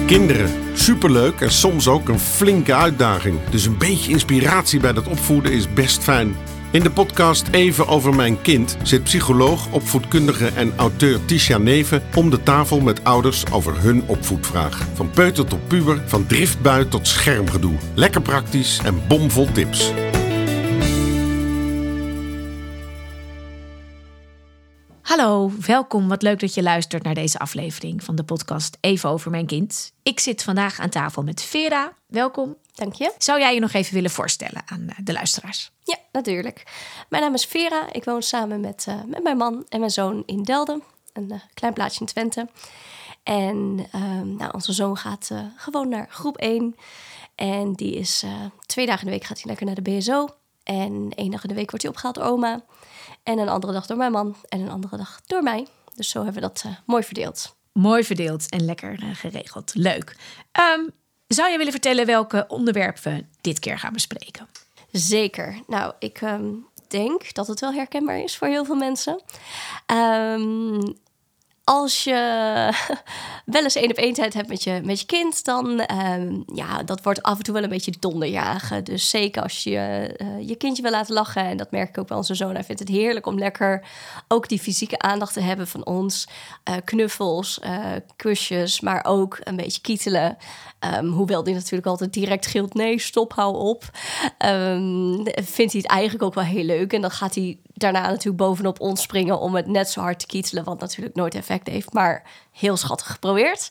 Kinderen, superleuk en soms ook een flinke uitdaging. Dus een beetje inspiratie bij dat opvoeden is best fijn. In de podcast Even over mijn kind zit psycholoog, opvoedkundige en auteur Tisha Neven om de tafel met ouders over hun opvoedvraag. Van peuter tot puber, van driftbui tot schermgedoe. Lekker praktisch en bomvol tips. Hallo, welkom. Wat leuk dat je luistert naar deze aflevering van de podcast Even over mijn kind. Ik zit vandaag aan tafel met Vera. Welkom. Dank je. Zou jij je nog even willen voorstellen aan de luisteraars? Ja, natuurlijk. Mijn naam is Vera. Ik woon samen met mijn man en mijn zoon in Delden. Een klein plaatsje in Twente. En onze zoon gaat gewoon naar groep 1. En die is 2 dagen in de week gaat hij lekker naar de BSO. En 1 dag in de week wordt hij opgehaald door oma. En een andere dag door mijn man. En een andere dag door mij. Dus zo hebben we dat mooi verdeeld. Mooi verdeeld en lekker geregeld. Leuk. Zou je willen vertellen welke onderwerpen we dit keer gaan bespreken? Zeker. Nou, ik denk dat het wel herkenbaar is voor heel veel mensen. Als je wel eens 1-op-1 tijd hebt met je kind, dan dat wordt af en toe wel een beetje donderjagen. Dus zeker als je je kindje wil laten lachen, en dat merk ik ook wel aan zijn zoon. Hij vindt het heerlijk om lekker ook die fysieke aandacht te hebben van ons. Knuffels, kusjes, maar ook een beetje kietelen. Hoewel die natuurlijk altijd direct gilt, nee, stop, hou op. Vindt hij het eigenlijk ook wel heel leuk. En dan gaat hij daarna natuurlijk bovenop ons springen om het net zo hard te kietelen, wat natuurlijk nooit effect heeft, maar heel schattig geprobeerd.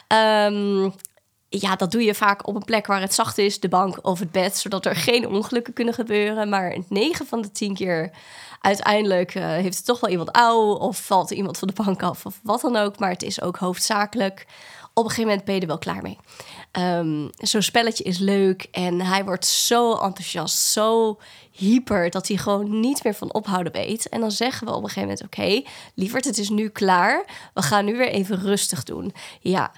Dat doe je vaak op een plek waar het zacht is, de bank of het bed, zodat er geen ongelukken kunnen gebeuren. Maar 9 van de 10 keer uiteindelijk heeft het toch wel iemand auw of valt er iemand van de bank af of wat dan ook. Maar het is ook hoofdzakelijk, op een gegeven moment ben je er wel klaar mee. Zo'n spelletje is leuk en hij wordt zo enthousiast, zo hyper, dat hij gewoon niet meer van ophouden weet. En dan zeggen we op een gegeven moment, oké, lieverd, het is nu klaar. We gaan nu weer even rustig doen. Ja,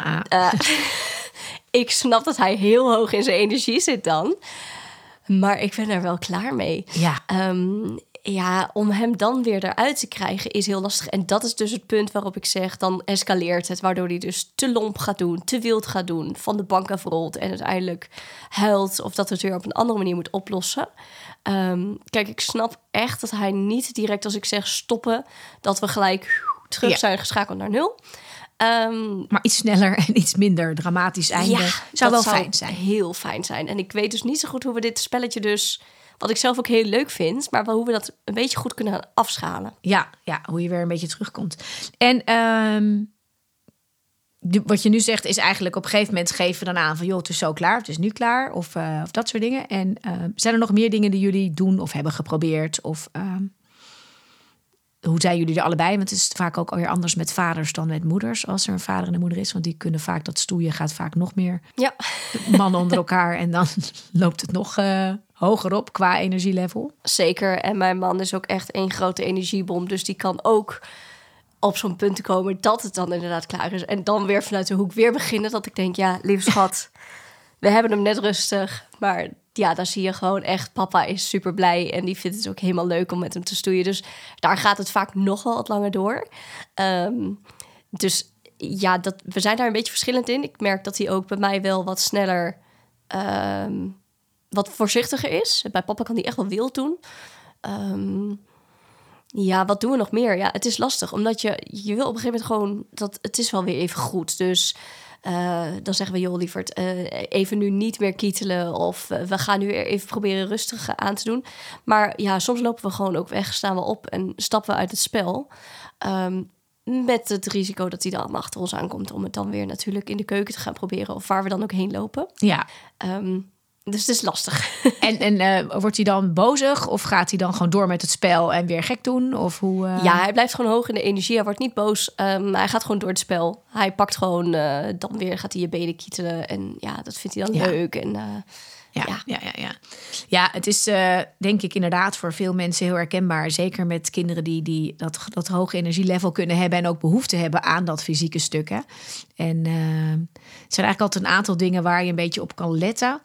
ik snap dat hij heel hoog in zijn energie zit dan. Maar ik ben er wel klaar mee. Ja. Om hem dan weer eruit te krijgen is heel lastig. En dat is dus het punt waarop ik zeg, dan escaleert het. Waardoor hij dus te lomp gaat doen, te wild gaat doen, van de bank afrolt en uiteindelijk huilt. Of dat het weer op een andere manier moet oplossen. Kijk, ik snap echt dat hij niet direct als ik zeg stoppen, dat we gelijk terug zijn geschakeld naar 0. Maar iets sneller en iets minder dramatisch einde zou wel fijn zijn. Heel fijn zijn. En ik weet dus niet zo goed hoe we dit spelletje dus, wat ik zelf ook heel leuk vind, maar wel hoe we dat een beetje goed kunnen gaan afschalen. Ja, hoe je weer een beetje terugkomt. En wat je nu zegt is eigenlijk op een gegeven moment geven we dan aan van joh, het is zo klaar, het is nu klaar of dat soort dingen. En zijn er nog meer dingen die jullie doen of hebben geprobeerd? Of hoe zijn jullie er allebei? Want het is vaak ook alweer anders met vaders dan met moeders, als er een vader en een moeder is. Want die kunnen vaak, dat stoeien gaat vaak nog meer mannen onder elkaar. En dan loopt het nog hoger op qua energielevel. Zeker. En mijn man is ook echt een grote energiebom. Dus die kan ook op zo'n punt komen dat het dan inderdaad klaar is. En dan weer vanuit de hoek weer beginnen. Dat ik denk, ja, lieve schat, we hebben hem net rustig. Maar ja, dan zie je gewoon echt, papa is super blij. En die vindt het ook helemaal leuk om met hem te stoeien. Dus daar gaat het vaak nog wel wat langer door. Dus ja, we zijn daar een beetje verschillend in. Ik merk dat hij ook bij mij wel wat sneller, wat voorzichtiger is. Bij papa kan hij echt wel wild doen. Wat doen we nog meer? Ja, het is lastig, omdat je wil op een gegeven moment gewoon dat het is wel weer even goed. Dus dan zeggen we, joh, lieverd, even nu niet meer kietelen. Of we gaan nu weer even proberen rustig aan te doen. Maar ja, soms lopen we gewoon ook weg, staan we op en stappen we uit het spel. Met het risico dat hij dan achter ons aankomt om het dan weer natuurlijk in de keuken te gaan proberen. Of waar we dan ook heen lopen. Ja. Dus het is lastig. En wordt hij dan bozig? Of gaat hij dan gewoon door met het spel en weer gek doen? Of hoe? Ja, hij blijft gewoon hoog in de energie. Hij wordt niet boos. Hij gaat gewoon door het spel. Hij pakt gewoon, dan weer gaat hij je benen kietelen. En ja, dat vindt hij dan leuk. En Ja, het is denk ik inderdaad voor veel mensen heel herkenbaar. Zeker met kinderen die dat hoge energielevel kunnen hebben en ook behoefte hebben aan dat fysieke stuk. Hè. En het zijn eigenlijk altijd een aantal dingen waar je een beetje op kan letten.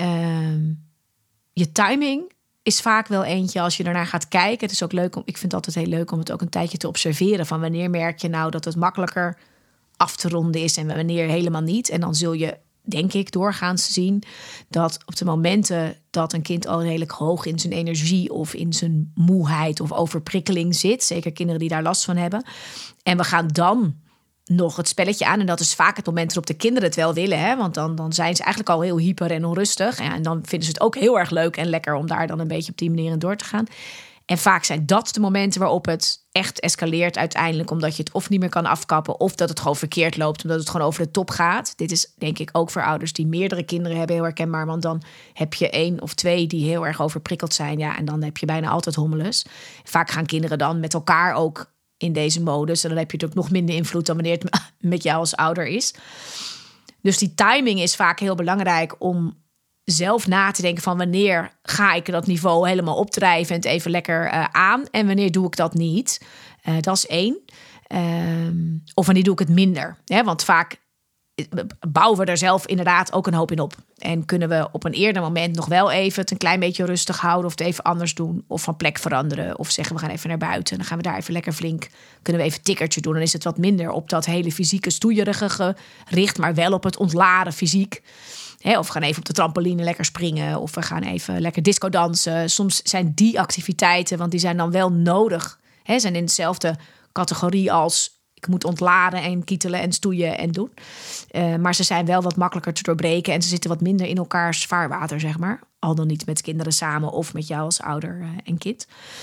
Je timing is vaak wel eentje als je ernaar gaat kijken. Het is ook leuk ik vind het altijd heel leuk om het ook een tijdje te observeren. Van wanneer merk je nou dat het makkelijker af te ronden is en wanneer helemaal niet. En dan zul je, denk ik, doorgaans zien dat op de momenten dat een kind al redelijk hoog in zijn energie of in zijn moeheid of overprikkeling zit, zeker kinderen die daar last van hebben, en we gaan dan nog het spelletje aan. En dat is vaak het moment waarop de kinderen het wel willen. Hè? Want dan zijn ze eigenlijk al heel hyper en onrustig. En dan vinden ze het ook heel erg leuk en lekker om daar dan een beetje op die manier in door te gaan. En vaak zijn dat de momenten waarop het echt escaleert uiteindelijk. Omdat je het of niet meer kan afkappen of dat het gewoon verkeerd loopt. Omdat het gewoon over de top gaat. Dit is denk ik ook voor ouders die meerdere kinderen hebben heel herkenbaar. Want dan heb je 1 of 2 die heel erg overprikkeld zijn. Ja, en dan heb je bijna altijd hommeles. Vaak gaan kinderen dan met elkaar ook in deze modus. En dan heb je natuurlijk nog minder invloed dan wanneer het met jou als ouder is. Dus die timing is vaak heel belangrijk om zelf na te denken van wanneer ga ik dat niveau helemaal opdrijven en het even lekker aan. En wanneer doe ik dat niet. Dat is 1. Of wanneer doe ik het minder. Want vaak bouwen we er zelf inderdaad ook een hoop in op. En kunnen we op een eerder moment nog wel even het een klein beetje rustig houden of het even anders doen of van plek veranderen of zeggen we gaan even naar buiten en dan gaan we daar even lekker flink, kunnen we even een tikkertje doen. Dan is het wat minder op dat hele fysieke stoeierige gericht, maar wel op het ontladen fysiek. Of we gaan even op de trampoline lekker springen of we gaan even lekker disco dansen. Soms zijn die activiteiten, want die zijn dan wel nodig, zijn in dezelfde categorie als ik moet ontladen en kietelen en stoeien en doen. Maar ze zijn wel wat makkelijker te doorbreken en ze zitten wat minder in elkaars vaarwater, zeg maar. Al dan niet met kinderen samen of met jou als ouder en kind.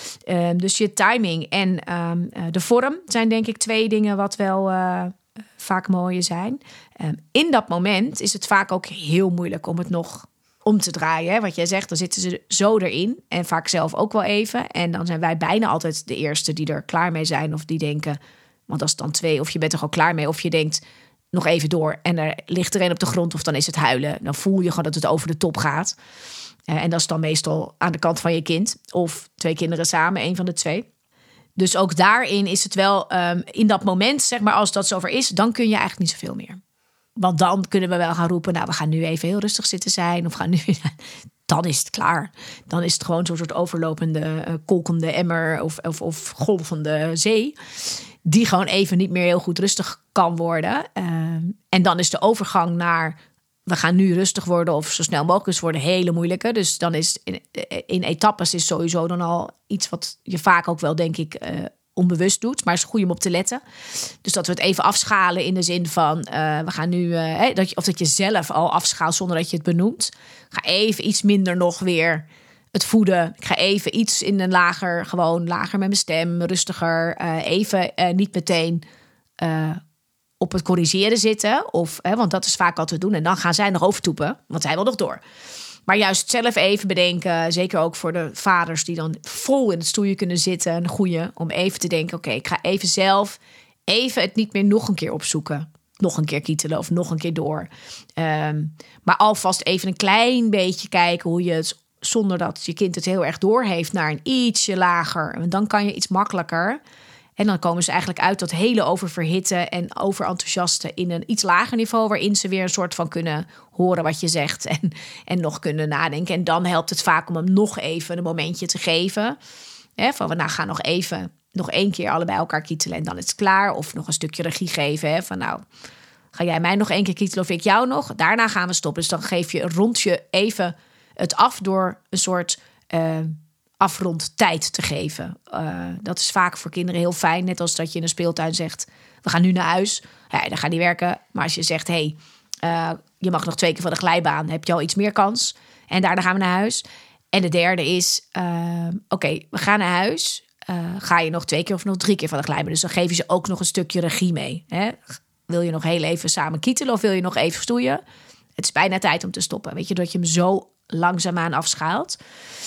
Dus je timing en de vorm zijn denk ik 2 dingen wat wel vaak mooie zijn. In dat moment is het vaak ook heel moeilijk om het nog om te draaien. Hè? Wat jij zegt, dan zitten ze zo erin. En vaak zelf ook wel even. En dan zijn wij bijna altijd de eerste die er klaar mee zijn of die denken, want als het dan 2, of je bent er al klaar mee, of je denkt nog even door en er ligt er een op de grond of dan is het huilen. Dan voel je gewoon dat het over de top gaat. En dat is dan meestal aan de kant van je kind of 2 kinderen samen, 1 van de 2. Dus ook daarin is het wel in dat moment, zeg maar, als dat zover is, dan kun je eigenlijk niet zoveel meer. Want dan kunnen we wel gaan roepen, nou, we gaan nu even heel rustig zitten zijn of gaan nu. Dan is het klaar. Dan is het gewoon zo'n soort overlopende, kolkende emmer of golvende zee, die gewoon even niet meer heel goed rustig kan worden. En dan is de overgang naar we gaan nu rustig worden of zo snel mogelijk worden hele moeilijke. Dus dan is in etappes is sowieso dan al iets wat je vaak ook wel, denk ik, onbewust doet. Maar het is goed om op te letten. Dus dat we het even afschalen in de zin van we gaan nu, dat je zelf al afschaalt zonder dat je het benoemt. Ga even iets minder nog weer het voeden. Ik ga even iets in een lager met mijn stem, rustiger. Even niet meteen op het corrigeren zitten. Want dat is vaak wat we doen. En dan gaan zij nog overtoepen, want zij wil nog door. Maar juist zelf even bedenken, zeker ook voor de vaders die dan vol in het stoeien kunnen zitten. Een goeie, om even te denken, oké, ik ga even zelf even het niet meer nog een keer opzoeken. Nog een keer kietelen of nog een keer door. Maar alvast even een klein beetje kijken hoe je het, zonder dat je kind het heel erg door heeft, naar een ietsje lager. En dan kan je iets makkelijker. En dan komen ze eigenlijk uit dat hele oververhitten en overenthousiaste in een iets lager niveau, waarin ze weer een soort van kunnen horen wat je zegt en nog kunnen nadenken. En dan helpt het vaak om hem nog even een momentje te geven. Van we gaan nog 1 keer allebei elkaar kietelen en dan is het klaar. Of nog een stukje regie geven. Van nou, ga jij mij nog 1 keer kietelen of ik jou nog? Daarna gaan we stoppen. Dus dan geef je rond je even het af door een soort afrondtijd te geven. Dat is vaak voor kinderen heel fijn. Net als dat je in een speeltuin zegt, we gaan nu naar huis. Ja, dan gaan die werken. Maar als je zegt, je mag nog 2 keer van de glijbaan, heb je al iets meer kans. En daarna gaan we naar huis. En de derde is, oké, we gaan naar huis. Ga je nog 2 keer of nog 3 keer van de glijbaan. Dus dan geef je ze ook nog een stukje regie mee. Hè? Wil je nog heel even samen kietelen of wil je nog even stoeien? Het is bijna tijd om te stoppen. Weet je, dat je hem zo langzaamaan afschaalt.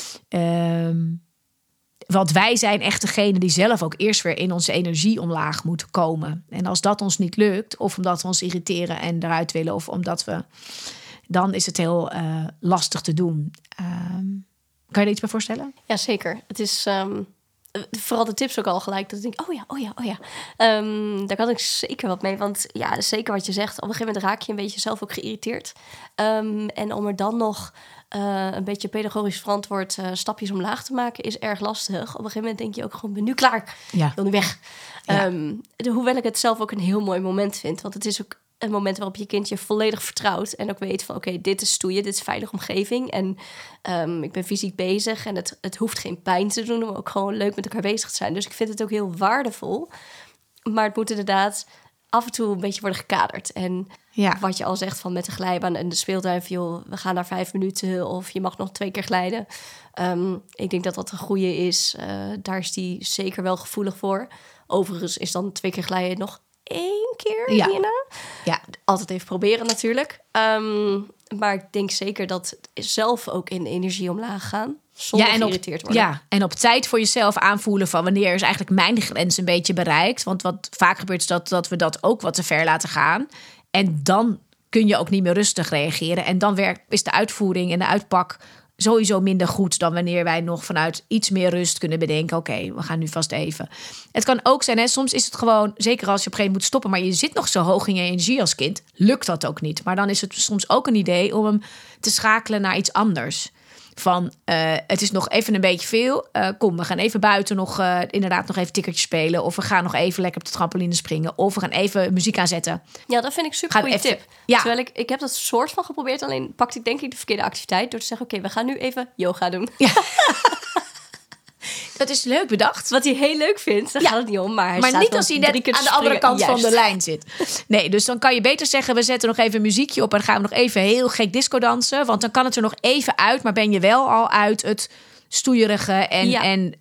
Want wij zijn echt degene die zelf ook eerst weer in onze energie omlaag moeten komen. En als dat ons niet lukt, of omdat we ons irriteren en eruit willen, of omdat we, dan is het heel lastig te doen. Kan je er iets bij voorstellen? Ja, zeker. Het is vooral de tips ook al gelijk. Dat ik denk, oh ja. Daar kan ik zeker wat mee. Want ja, zeker wat je zegt. Op een gegeven moment raak je een beetje zelf ook geïrriteerd. En om er dan nog een beetje pedagogisch verantwoord stapjes omlaag te maken, is erg lastig. Op een gegeven moment denk je ook gewoon, ben nu klaar. Ja. Ik wil nu weg. Ja. Hoewel ik het zelf ook een heel mooi moment vind. Want het is ook een moment waarop je kindje volledig vertrouwt. En ook weet van, oké, dit is stoeien, dit is veilige omgeving. En ik ben fysiek bezig en het hoeft geen pijn te doen om ook gewoon leuk met elkaar bezig te zijn. Dus ik vind het ook heel waardevol. Maar het moet inderdaad af en toe een beetje worden gekaderd. En wat je al zegt van met de glijbaan en de speeltuin, van, joh, we gaan naar 5 minuten of je mag nog 2 keer glijden. Ik denk dat dat een goede is. Daar is die zeker wel gevoelig voor. Overigens is dan 2 keer glijden nog 1 keer hierna. Ja. Altijd even proberen natuurlijk. Maar ik denk zeker dat zelf ook in de energie omlaag gaan. Zonder geïrriteerd worden. Ja, en op tijd voor jezelf aanvoelen van wanneer is eigenlijk mijn grens een beetje bereikt. Want wat vaak gebeurt is dat we dat ook wat te ver laten gaan. En dan kun je ook niet meer rustig reageren. En dan is de uitvoering en de uitpak sowieso minder goed dan wanneer wij nog vanuit iets meer rust kunnen bedenken. Oké, we gaan nu vast even. Het kan ook zijn, hè, soms is het gewoon, zeker als je op een gegeven moment moet stoppen, maar je zit nog zo hoog in je energie als kind, lukt dat ook niet. Maar dan is het soms ook een idee om hem te schakelen naar iets anders. Van, het is nog even een beetje veel. Kom, we gaan even buiten inderdaad nog even tikkertjes spelen. Of we gaan nog even lekker op de trampoline springen. Of we gaan even muziek aanzetten. Ja, dat vind ik super goede tip. Ja. Terwijl ik heb dat soort van geprobeerd. Alleen pakte ik denk ik de verkeerde activiteit. Door te zeggen, oké, we gaan nu even yoga doen. Ja. Dat is leuk bedacht. Wat hij heel leuk vindt, daar gaat het niet om. Maar niet als hij net aan de andere kant van de lijn zit. Nee, dus dan kan je beter zeggen, we zetten nog even muziekje op en dan gaan we nog even heel gek disco dansen. Want dan kan het er nog even uit, maar ben je wel al uit het stoeierige en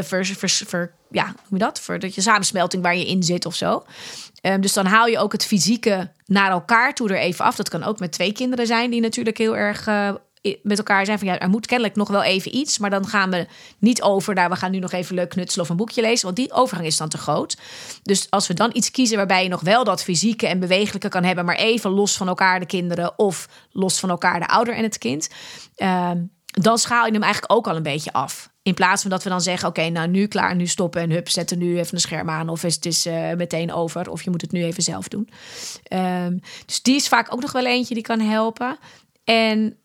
de dat je samensmelting waar je in zit of zo. Dus dan haal je ook het fysieke naar elkaar toe er even af. Dat kan ook met 2 kinderen zijn die natuurlijk heel erg met elkaar zijn van ja, er moet kennelijk nog wel even iets, maar dan gaan we niet over naar we gaan nu nog even leuk knutselen of een boekje lezen, want die overgang is dan te groot. Dus als we dan iets kiezen waarbij je nog wel dat fysieke en bewegelijke kan hebben, maar even los van elkaar de kinderen of los van elkaar de ouder en het kind, dan schaal je hem eigenlijk ook al een beetje af. In plaats van dat we dan zeggen, oké, nou nu klaar, nu stoppen en hup, zetten nu even een scherm aan of het is meteen over of je moet het nu even zelf doen. Dus die is vaak ook nog wel eentje die kan helpen. En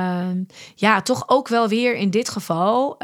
toch ook wel weer in dit geval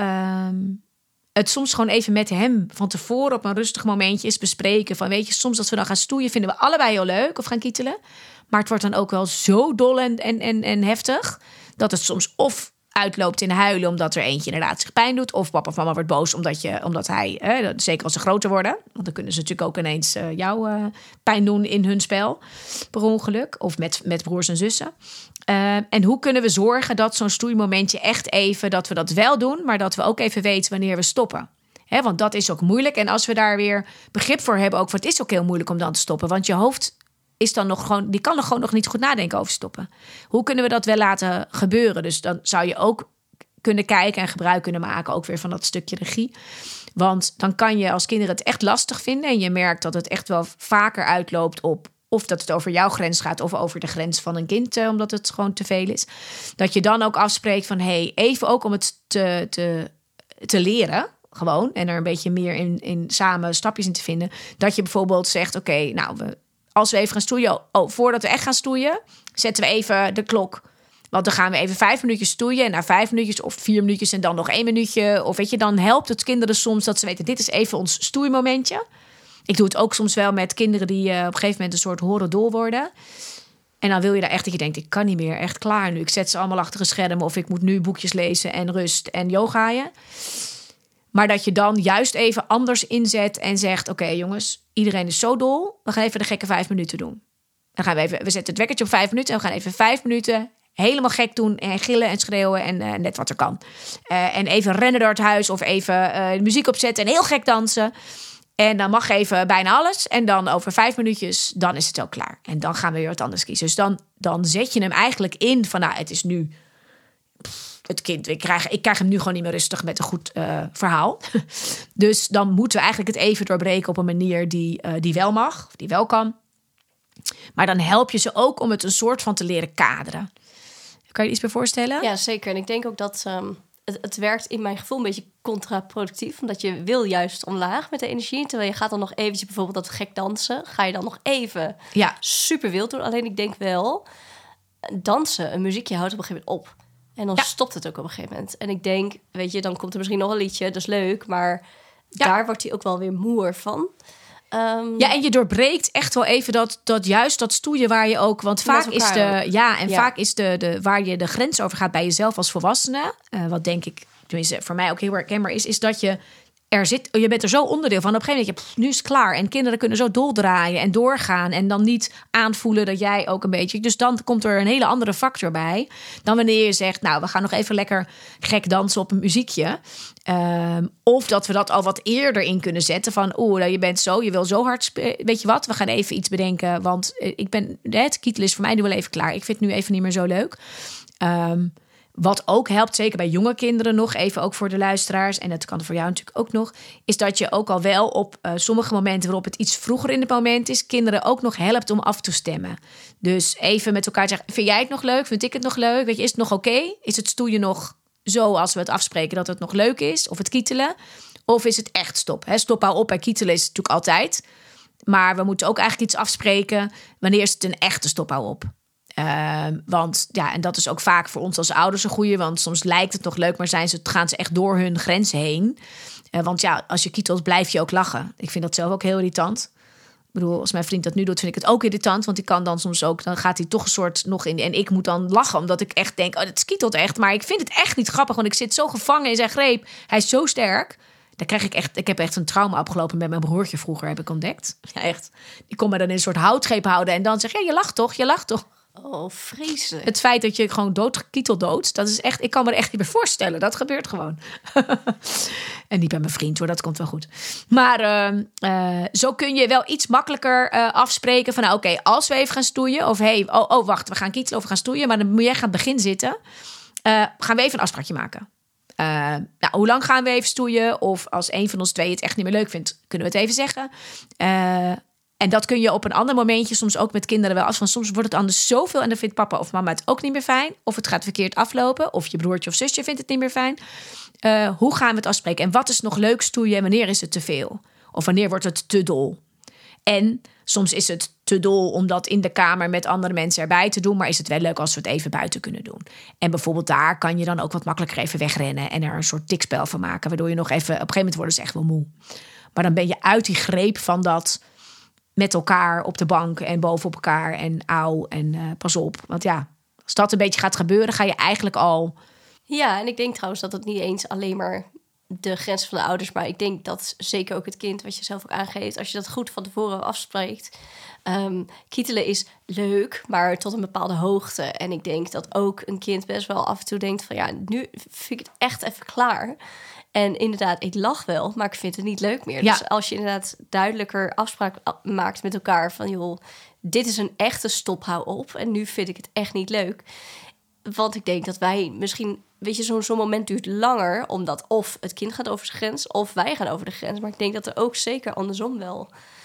het soms gewoon even met hem van tevoren op een rustig momentje eens bespreken. Van weet je, soms als we dan gaan stoeien vinden we allebei heel leuk of gaan kietelen. Maar het wordt dan ook wel zo dol en heftig dat het soms of uitloopt in huilen omdat er eentje inderdaad zich pijn doet. Of papa of mama wordt boos omdat hij, zeker als ze groter worden. Want dan kunnen ze natuurlijk ook ineens jou pijn doen in hun spel. Per ongeluk. Of met broers en zussen. En hoe kunnen we zorgen dat zo'n stoeimomentje echt even, dat we dat wel doen, maar dat we ook even weten wanneer we stoppen. Want dat is ook moeilijk. En als we daar weer begrip voor hebben, ook, want het is ook heel moeilijk om dan te stoppen. Want je hoofd is dan nog gewoon, die kan er gewoon nog niet goed nadenken over stoppen. Hoe kunnen we dat wel laten gebeuren? Dus dan zou je ook kunnen kijken en gebruik kunnen maken, ook weer van dat stukje regie. Want dan kan je als kinderen het echt lastig vinden en je merkt dat het echt wel vaker uitloopt op of dat het over jouw grens gaat of over de grens van een kind, omdat het gewoon te veel is. Dat je dan ook afspreekt van even ook om het te leren, gewoon, en er een beetje meer in samen stapjes in te vinden. Dat je bijvoorbeeld zegt, oké, nou, als we even gaan stoeien, voordat we echt gaan stoeien, zetten we even de klok. Want dan gaan we even 5 minuutjes stoeien en na 5 minuutjes of 4 minuutjes en dan nog 1 minuutje. Of weet je, dan helpt het kinderen soms dat ze weten, dit is even ons stoeimomentje. Ik doe het ook soms wel met kinderen die op een gegeven moment een soort horendol worden. En dan wil je daar echt dat je denkt, ik kan niet meer, echt klaar nu. Ik zet ze allemaal achter een scherm of ik moet nu boekjes lezen en rust en yogaaien. Maar dat je dan juist even anders inzet en zegt, oké, jongens, iedereen is zo dol. We gaan even de gekke 5 minuten doen. Dan gaan we zetten het wekkertje op 5 minuten en we gaan even 5 minuten helemaal gek doen en gillen en schreeuwen en net wat er kan. En even rennen door het huis of even muziek opzetten en heel gek dansen. En dan mag even bijna alles. En dan over 5 minuutjes, dan is het ook klaar. En dan gaan we weer wat anders kiezen. Dus dan zet je hem eigenlijk in van, nou, het is nu het kind. Ik krijg hem nu gewoon niet meer rustig met een goed verhaal. Dus dan moeten we eigenlijk het even doorbreken op een manier die wel mag, of die wel kan. Maar dan help je ze ook om het een soort van te leren kaderen. Kan je iets bij voorstellen? Ja, zeker. En ik denk ook dat het werkt in mijn gevoel een beetje contraproductief. Omdat je wil juist omlaag met de energie. Terwijl je gaat dan nog eventjes bijvoorbeeld dat gek dansen. Ga je dan nog even super wild doen. Alleen ik denk wel, dansen, een muziekje houdt op een gegeven moment op. En dan stopt het ook op een gegeven moment. En ik denk, weet je, dan komt er misschien nog een liedje. Dat is leuk, maar daar wordt hij ook wel weer moer van. En je doorbreekt echt wel even dat juist dat stoeien waar je ook... Want vaak is vaak is de waar je de grens over gaat bij jezelf als volwassene. Wat denk ik, tenminste voor mij ook heel herkenbaar is dat je je bent er zo onderdeel van. Op een gegeven moment, nu is het klaar. En kinderen kunnen zo doldraaien en doorgaan. En dan niet aanvoelen dat jij ook een beetje... Dus dan komt er een hele andere factor bij. Dan wanneer je zegt, nou, we gaan nog even lekker gek dansen op een muziekje. Of dat we dat al wat eerder in kunnen zetten. Van, je bent zo, je wil zo hard... Weet je wat, we gaan even iets bedenken. Want het kietelen is voor mij nu wel even klaar. Ik vind het nu even niet meer zo leuk. Wat ook helpt, zeker bij jonge kinderen nog, even ook voor de luisteraars, en dat kan voor jou natuurlijk ook nog, is dat je ook al wel op sommige momenten waarop het iets vroeger in het moment is, kinderen ook nog helpt om af te stemmen. Dus even met elkaar zeggen, vind jij het nog leuk? Vind ik het nog leuk? Weet je, is het nog oké? Is het stoeien nog zo als we het afspreken dat het nog leuk is? Of het kietelen? Of is het echt stop? Stop, hou op. En kietelen is het natuurlijk altijd. Maar we moeten ook eigenlijk iets afspreken. Wanneer is het een echte stop, hou op? Want en dat is ook vaak voor ons als ouders een goeie. Want soms lijkt het nog leuk, maar gaan ze echt door hun grens heen. Want als je kietelt, blijf je ook lachen. Ik vind dat zelf ook heel irritant. Ik bedoel, als mijn vriend dat nu doet, vind ik het ook irritant. Want die kan dan soms ook, dan gaat hij toch een soort nog in. En ik moet dan lachen, omdat ik echt denk, het kietelt echt. Maar ik vind het echt niet grappig, want ik zit zo gevangen in zijn greep. Hij is zo sterk. Dan krijg ik heb echt een trauma opgelopen met mijn broertje vroeger, heb ik ontdekt. Ja, echt. Die kon me dan in een soort houtgreep houden. En dan zeg je lacht toch, je lacht toch. Oh, vreselijk. Het feit dat je gewoon dood, dat is echt... Ik kan me er echt niet meer voorstellen. Dat gebeurt gewoon. En niet bij mijn vriend, hoor. Dat komt wel goed. Maar zo kun je wel iets makkelijker afspreken van... Oké, als we even gaan stoeien... Of wacht, we gaan kietelen of we gaan stoeien... Maar dan moet jij gaan het begin zitten. Gaan we even een afspraakje maken. Hoe lang gaan we even stoeien? Of als een van ons twee het echt niet meer leuk vindt... Kunnen we het even zeggen. En dat kun je op een ander momentje soms ook met kinderen wel af. Van soms wordt het anders zoveel en dan vindt papa of mama het ook niet meer fijn. Of het gaat verkeerd aflopen. Of je broertje of zusje vindt het niet meer fijn. Hoe gaan we het afspreken? En wat is nog leuk stoeien en wanneer is het te veel? Of wanneer wordt het te dol? En soms is het te dol om dat in de kamer met andere mensen erbij te doen. Maar is het wel leuk als we het even buiten kunnen doen. En bijvoorbeeld daar kan je dan ook wat makkelijker even wegrennen. En er een soort tikspel van maken. Waardoor je nog even, op een gegeven moment worden ze echt wel moe. Maar dan ben je uit die greep van dat... met elkaar op de bank en bovenop elkaar en pas op. Want als dat een beetje gaat gebeuren, ga je eigenlijk al... Ja, en ik denk trouwens dat het niet eens alleen maar de grens van de ouders... maar ik denk dat zeker ook het kind, wat je zelf ook aangeeft... als je dat goed van tevoren afspreekt... kietelen is leuk, maar tot een bepaalde hoogte. En ik denk dat ook een kind best wel af en toe denkt van... nu vind ik het echt even klaar... En inderdaad, ik lach wel, maar ik vind het niet leuk meer. Ja. Dus als je inderdaad duidelijker afspraak maakt met elkaar... van joh, dit is een echte stop, hou op. En nu vind ik het echt niet leuk. Want ik denk dat wij misschien... Weet je, zo'n moment duurt langer... omdat of het kind gaat over zijn grens... of wij gaan over de grens. Maar ik denk dat er ook zeker andersom wel...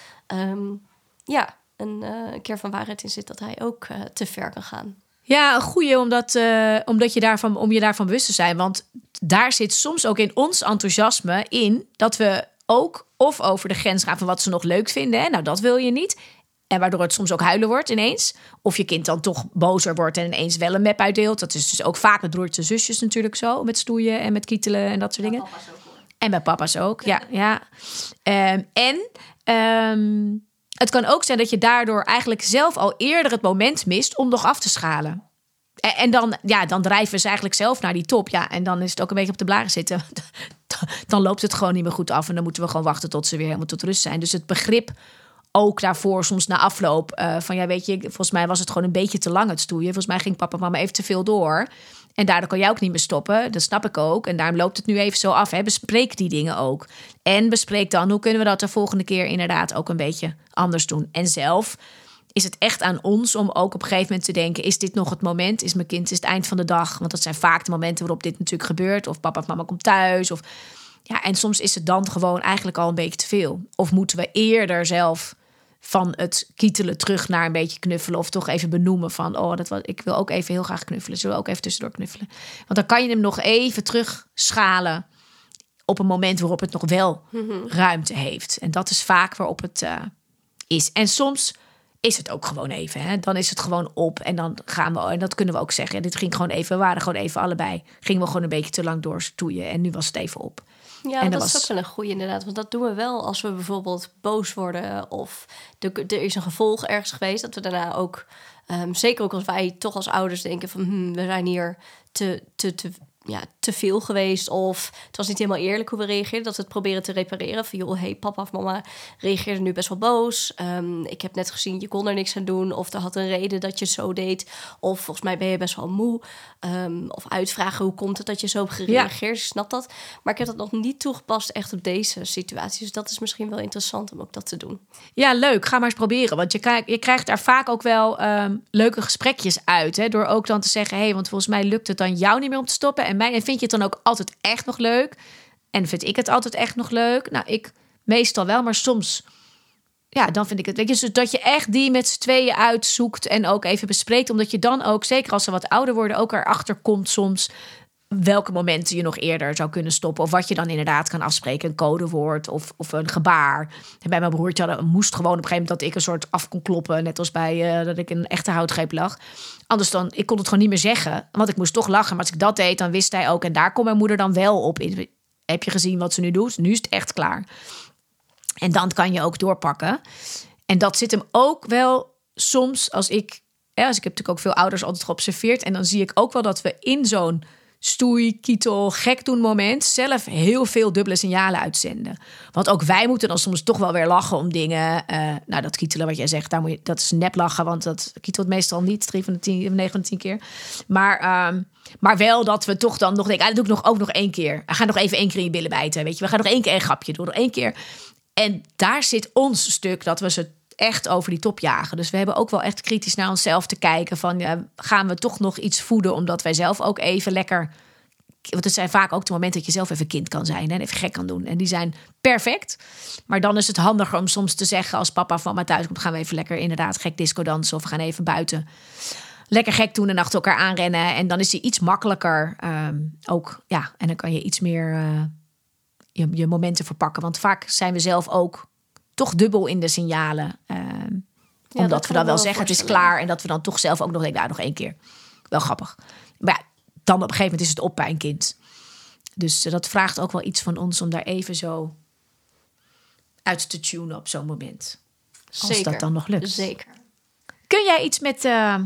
een keer van waarheid in zit... dat hij ook te ver kan gaan. Ja, een goeie om je daarvan bewust te zijn. Want daar zit soms ook in ons enthousiasme in... dat we ook of over de grens gaan van wat ze nog leuk vinden. Hè? Nou, dat wil je niet. En waardoor het soms ook huilen wordt ineens. Of je kind dan toch bozer wordt en ineens wel een map uitdeelt. Dat is dus ook vaak met broertjes en zusjes natuurlijk zo. Met stoeien en met kietelen en dat soort dingen. Papa's ook, hoor. En bij papa's ook, ja. Het kan ook zijn dat je daardoor eigenlijk zelf al eerder het moment mist om nog af te schalen. En dan drijven ze eigenlijk zelf naar die top. Ja, en dan is het ook een beetje op de blaren zitten. Dan loopt het gewoon niet meer goed af. En dan moeten we gewoon wachten tot ze weer helemaal tot rust zijn. Dus het begrip ook daarvoor soms na afloop. Van weet je, volgens mij was het gewoon een beetje te lang het stoeien. Volgens mij ging papa en mama even te veel door. En daardoor kan jij ook niet meer stoppen. Dat snap ik ook. En daarom loopt het nu even zo af. Hè. Bespreek die dingen ook. En bespreek dan, hoe kunnen we dat de volgende keer inderdaad ook een beetje anders doen. En zelf is het echt aan ons om ook op een gegeven moment te denken... is dit nog het moment? Is mijn kind, is het eind van de dag? Want dat zijn vaak de momenten waarop dit natuurlijk gebeurt. Of papa of mama komt thuis. En soms is het dan gewoon eigenlijk al een beetje te veel. Of moeten we eerder zelf van het kietelen terug naar een beetje knuffelen. Of toch even benoemen van, ik wil ook even heel graag knuffelen. Zullen we ook even tussendoor knuffelen? Want dan kan je hem nog even terugschalen op een moment waarop het nog wel ruimte heeft. En dat is vaak waarop het is. En soms is het ook gewoon even. Hè? Dan is het gewoon op en dan gaan we... En dat kunnen we ook zeggen. Dit ging gewoon even, we waren gewoon even allebei. Gingen we gewoon een beetje te lang doorstoeien. En nu was het even op. Ja, en dat is ook wel een goeie inderdaad. Want dat doen we wel als we bijvoorbeeld boos worden... of er is een gevolg ergens geweest... dat we daarna ook, zeker ook als wij toch als ouders denken... van we zijn hier te veel geweest... of het was niet helemaal eerlijk hoe we reageerden... dat we het proberen te repareren. Van joh, hey, papa of mama reageerde nu best wel boos. Ik heb net gezien, je kon er niks aan doen... of er had een reden dat je het zo deed... of volgens mij ben je best wel moe... of uitvragen hoe komt het dat je zo hebt gereageerd. Ja. Ik snap dat. Maar ik heb dat nog niet toegepast echt op deze situatie. Dus dat is misschien wel interessant om ook dat te doen. Ja, leuk. Ga maar eens proberen. Want je krijgt daar vaak ook wel leuke gesprekjes uit. Hè? Door ook dan te zeggen... hey, want volgens mij lukt het dan jou niet meer om te stoppen... En vind je het dan ook altijd echt nog leuk? En vind ik het altijd echt nog leuk? Nou, ik meestal wel, maar soms... Ja, dan vind ik het... Weet je, dus dat je echt die met z'n tweeën uitzoekt... en ook even bespreekt. Omdat je dan ook, zeker als ze wat ouder worden... ook erachter komt soms... welke momenten je nog eerder zou kunnen stoppen... of wat je dan inderdaad kan afspreken. Een codewoord of een gebaar. En bij mijn broertje moest gewoon op een gegeven moment... dat ik een soort af kon kloppen... net als bij dat ik een echte houtgreep lag. Anders dan, ik kon het gewoon niet meer zeggen... want ik moest toch lachen. Maar als ik dat deed, dan wist hij ook... en daar kon mijn moeder dan wel op. Heb je gezien wat ze nu doet? Nu is het echt klaar. En dan kan je ook doorpakken. En dat zit hem ook wel soms... als ik heb natuurlijk ook veel ouders altijd geobserveerd... en dan zie ik ook wel dat we in zo'n... stoei, kietel, gek doen moment... zelf heel veel dubbele signalen uitzenden. Want ook wij moeten dan soms toch wel weer lachen om dingen. Dat kietelen wat jij zegt, dat is nep lachen... want dat kietelt meestal niet 9 van de 10 keer. Maar wel dat we toch dan nog denken... dat doe ik ook nog 1 keer. We gaan nog even 1 keer in je billen bijten. Weet je? We gaan nog 1 keer een grapje doen. Nog 1 keer. En daar zit ons stuk dat we ze echt over die top jagen. Dus we hebben ook wel echt kritisch naar onszelf te kijken... van gaan we toch nog iets voeden... omdat wij zelf ook even lekker... want het zijn vaak ook de momenten dat je zelf even kind kan zijn... en even gek kan doen. En die zijn perfect. Maar dan is het handiger om soms te zeggen... als papa of mama thuis komt... gaan we even lekker inderdaad gek disco dansen... of we gaan even buiten lekker gek doen... en achter elkaar aanrennen. En dan is die iets makkelijker ook. Ja, en dan kan je iets meer je momenten verpakken. Want vaak zijn we zelf ook... toch dubbel in de signalen. Omdat we dan wel zeggen, het is klaar... en dat we dan toch zelf ook nog denken... nog 1 keer. Wel grappig. Maar ja, dan op een gegeven moment is het op bij een kind. Dus dat vraagt ook wel iets van ons... om daar even zo uit te tunen op zo'n moment. Als zeker, dat dan nog lukt. Zeker. Kun jij iets met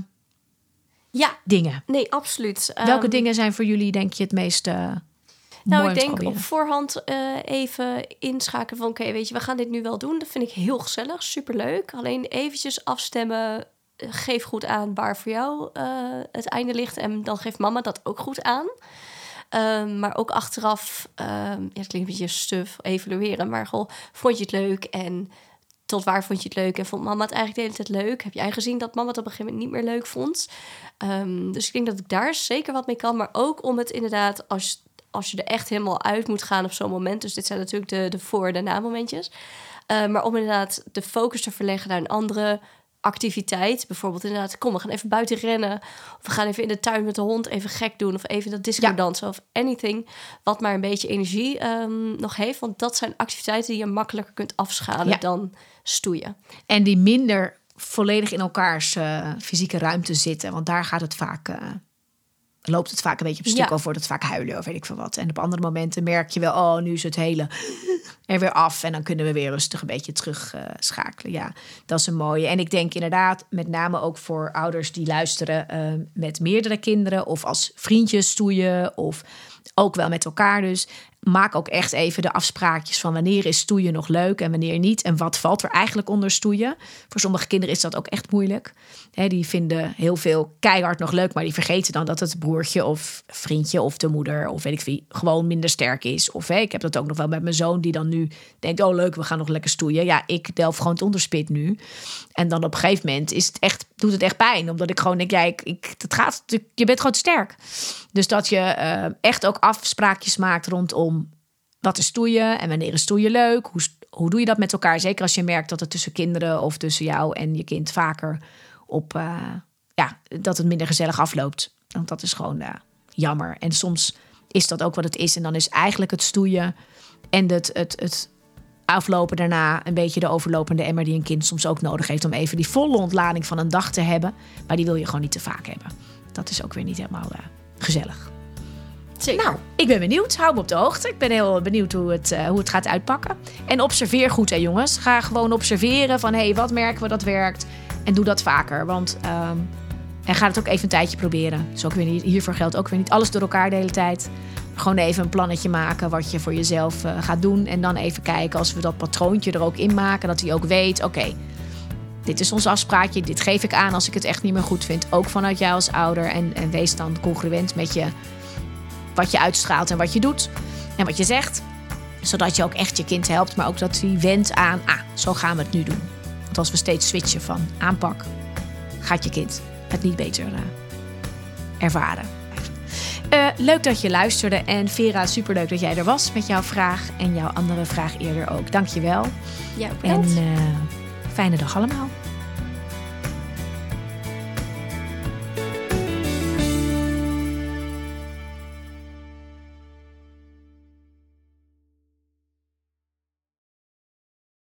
dingen? Nee, absoluut. Welke dingen zijn voor jullie, denk je, het meest... ik denk op voorhand even inschakelen van... oké, weet je, we gaan dit nu wel doen. Dat vind ik heel gezellig, superleuk. Alleen eventjes afstemmen. Geef goed aan waar voor jou het einde ligt. En dan geeft mama dat ook goed aan. Maar ook achteraf, het klinkt een beetje stuf, evalueren. Maar gewoon, vond je het leuk? En tot waar vond je het leuk? En vond mama het eigenlijk de hele tijd leuk? Heb jij gezien dat mama het op een gegeven moment niet meer leuk vond? Dus ik denk dat ik daar zeker wat mee kan. Maar ook om het inderdaad... als je er echt helemaal uit moet gaan op zo'n moment... dus dit zijn natuurlijk de voor- en de na-momentjes... maar om inderdaad de focus te verleggen naar een andere activiteit. Bijvoorbeeld inderdaad, kom, we gaan even buiten rennen... of we gaan even in de tuin met de hond even gek doen... of even dat disco dansen of anything... wat maar een beetje energie nog heeft. Want dat zijn activiteiten die je makkelijker kunt afschalen dan stoeien. En die minder volledig in elkaars fysieke ruimte zitten. Want daar gaat het vaak... loopt het vaak een beetje op stuk of wordt het vaak huilen of weet ik veel wat. En op andere momenten merk je wel, nu is het hele er weer af. En dan kunnen we weer rustig een beetje terugschakelen. Ja, dat is een mooie. En ik denk inderdaad, met name ook voor ouders die luisteren met meerdere kinderen... of als vriendjes stoeien of ook wel met elkaar dus... Maak ook echt even de afspraakjes van wanneer is stoeien nog leuk en wanneer niet. En wat valt er eigenlijk onder stoeien? Voor sommige kinderen is dat ook echt moeilijk. Die vinden heel veel keihard nog leuk, maar die vergeten dan dat het broertje of vriendje of de moeder of weet ik wie gewoon minder sterk is. Of ik heb dat ook nog wel met mijn zoon die dan nu denkt, oh leuk, we gaan nog lekker stoeien. Ja, ik delf gewoon het onderspit nu. En dan op een gegeven moment doet het echt pijn. Omdat ik gewoon denk, je bent gewoon te sterk. Dus dat je echt ook afspraakjes maakt rondom wat is stoeien en wanneer is stoeien leuk. hoe doe je dat met elkaar? Zeker als je merkt dat het tussen kinderen of tussen jou en je kind vaker op... dat het minder gezellig afloopt. Want dat is gewoon jammer. En soms is dat ook wat het is. En dan is eigenlijk het stoeien en het aflopen daarna een beetje de overlopende emmer die een kind soms ook nodig heeft om even die volle ontlading van een dag te hebben. Maar die wil je gewoon niet te vaak hebben. Dat is ook weer niet helemaal gezellig. Zeker. Nou, ik ben benieuwd. Hou me op de hoogte. Ik ben heel benieuwd hoe het gaat uitpakken. En observeer goed, hè jongens. Ga gewoon observeren van, wat merken we dat werkt. En doe dat vaker. Want en ga het ook even een tijdje proberen. Dus ook weer niet, hiervoor geldt ook weer niet alles door elkaar de hele tijd. Gewoon even een plannetje maken wat je voor jezelf gaat doen. En dan even kijken als we dat patroontje er ook in maken. Dat hij ook weet, oké, dit is ons afspraakje. Dit geef ik aan als ik het echt niet meer goed vind. Ook vanuit jou als ouder. En wees dan congruent met wat je uitstraalt en wat je doet. En wat je zegt. Zodat je ook echt je kind helpt. Maar ook dat hij wendt aan, zo gaan we het nu doen. Want als we steeds switchen van aanpak, gaat je kind het niet beter ervaren. Leuk dat je luisterde. En Vera, superleuk dat jij er was met jouw vraag. En jouw andere vraag eerder ook. Dank je wel. Ja, bedankt. En fijne dag allemaal.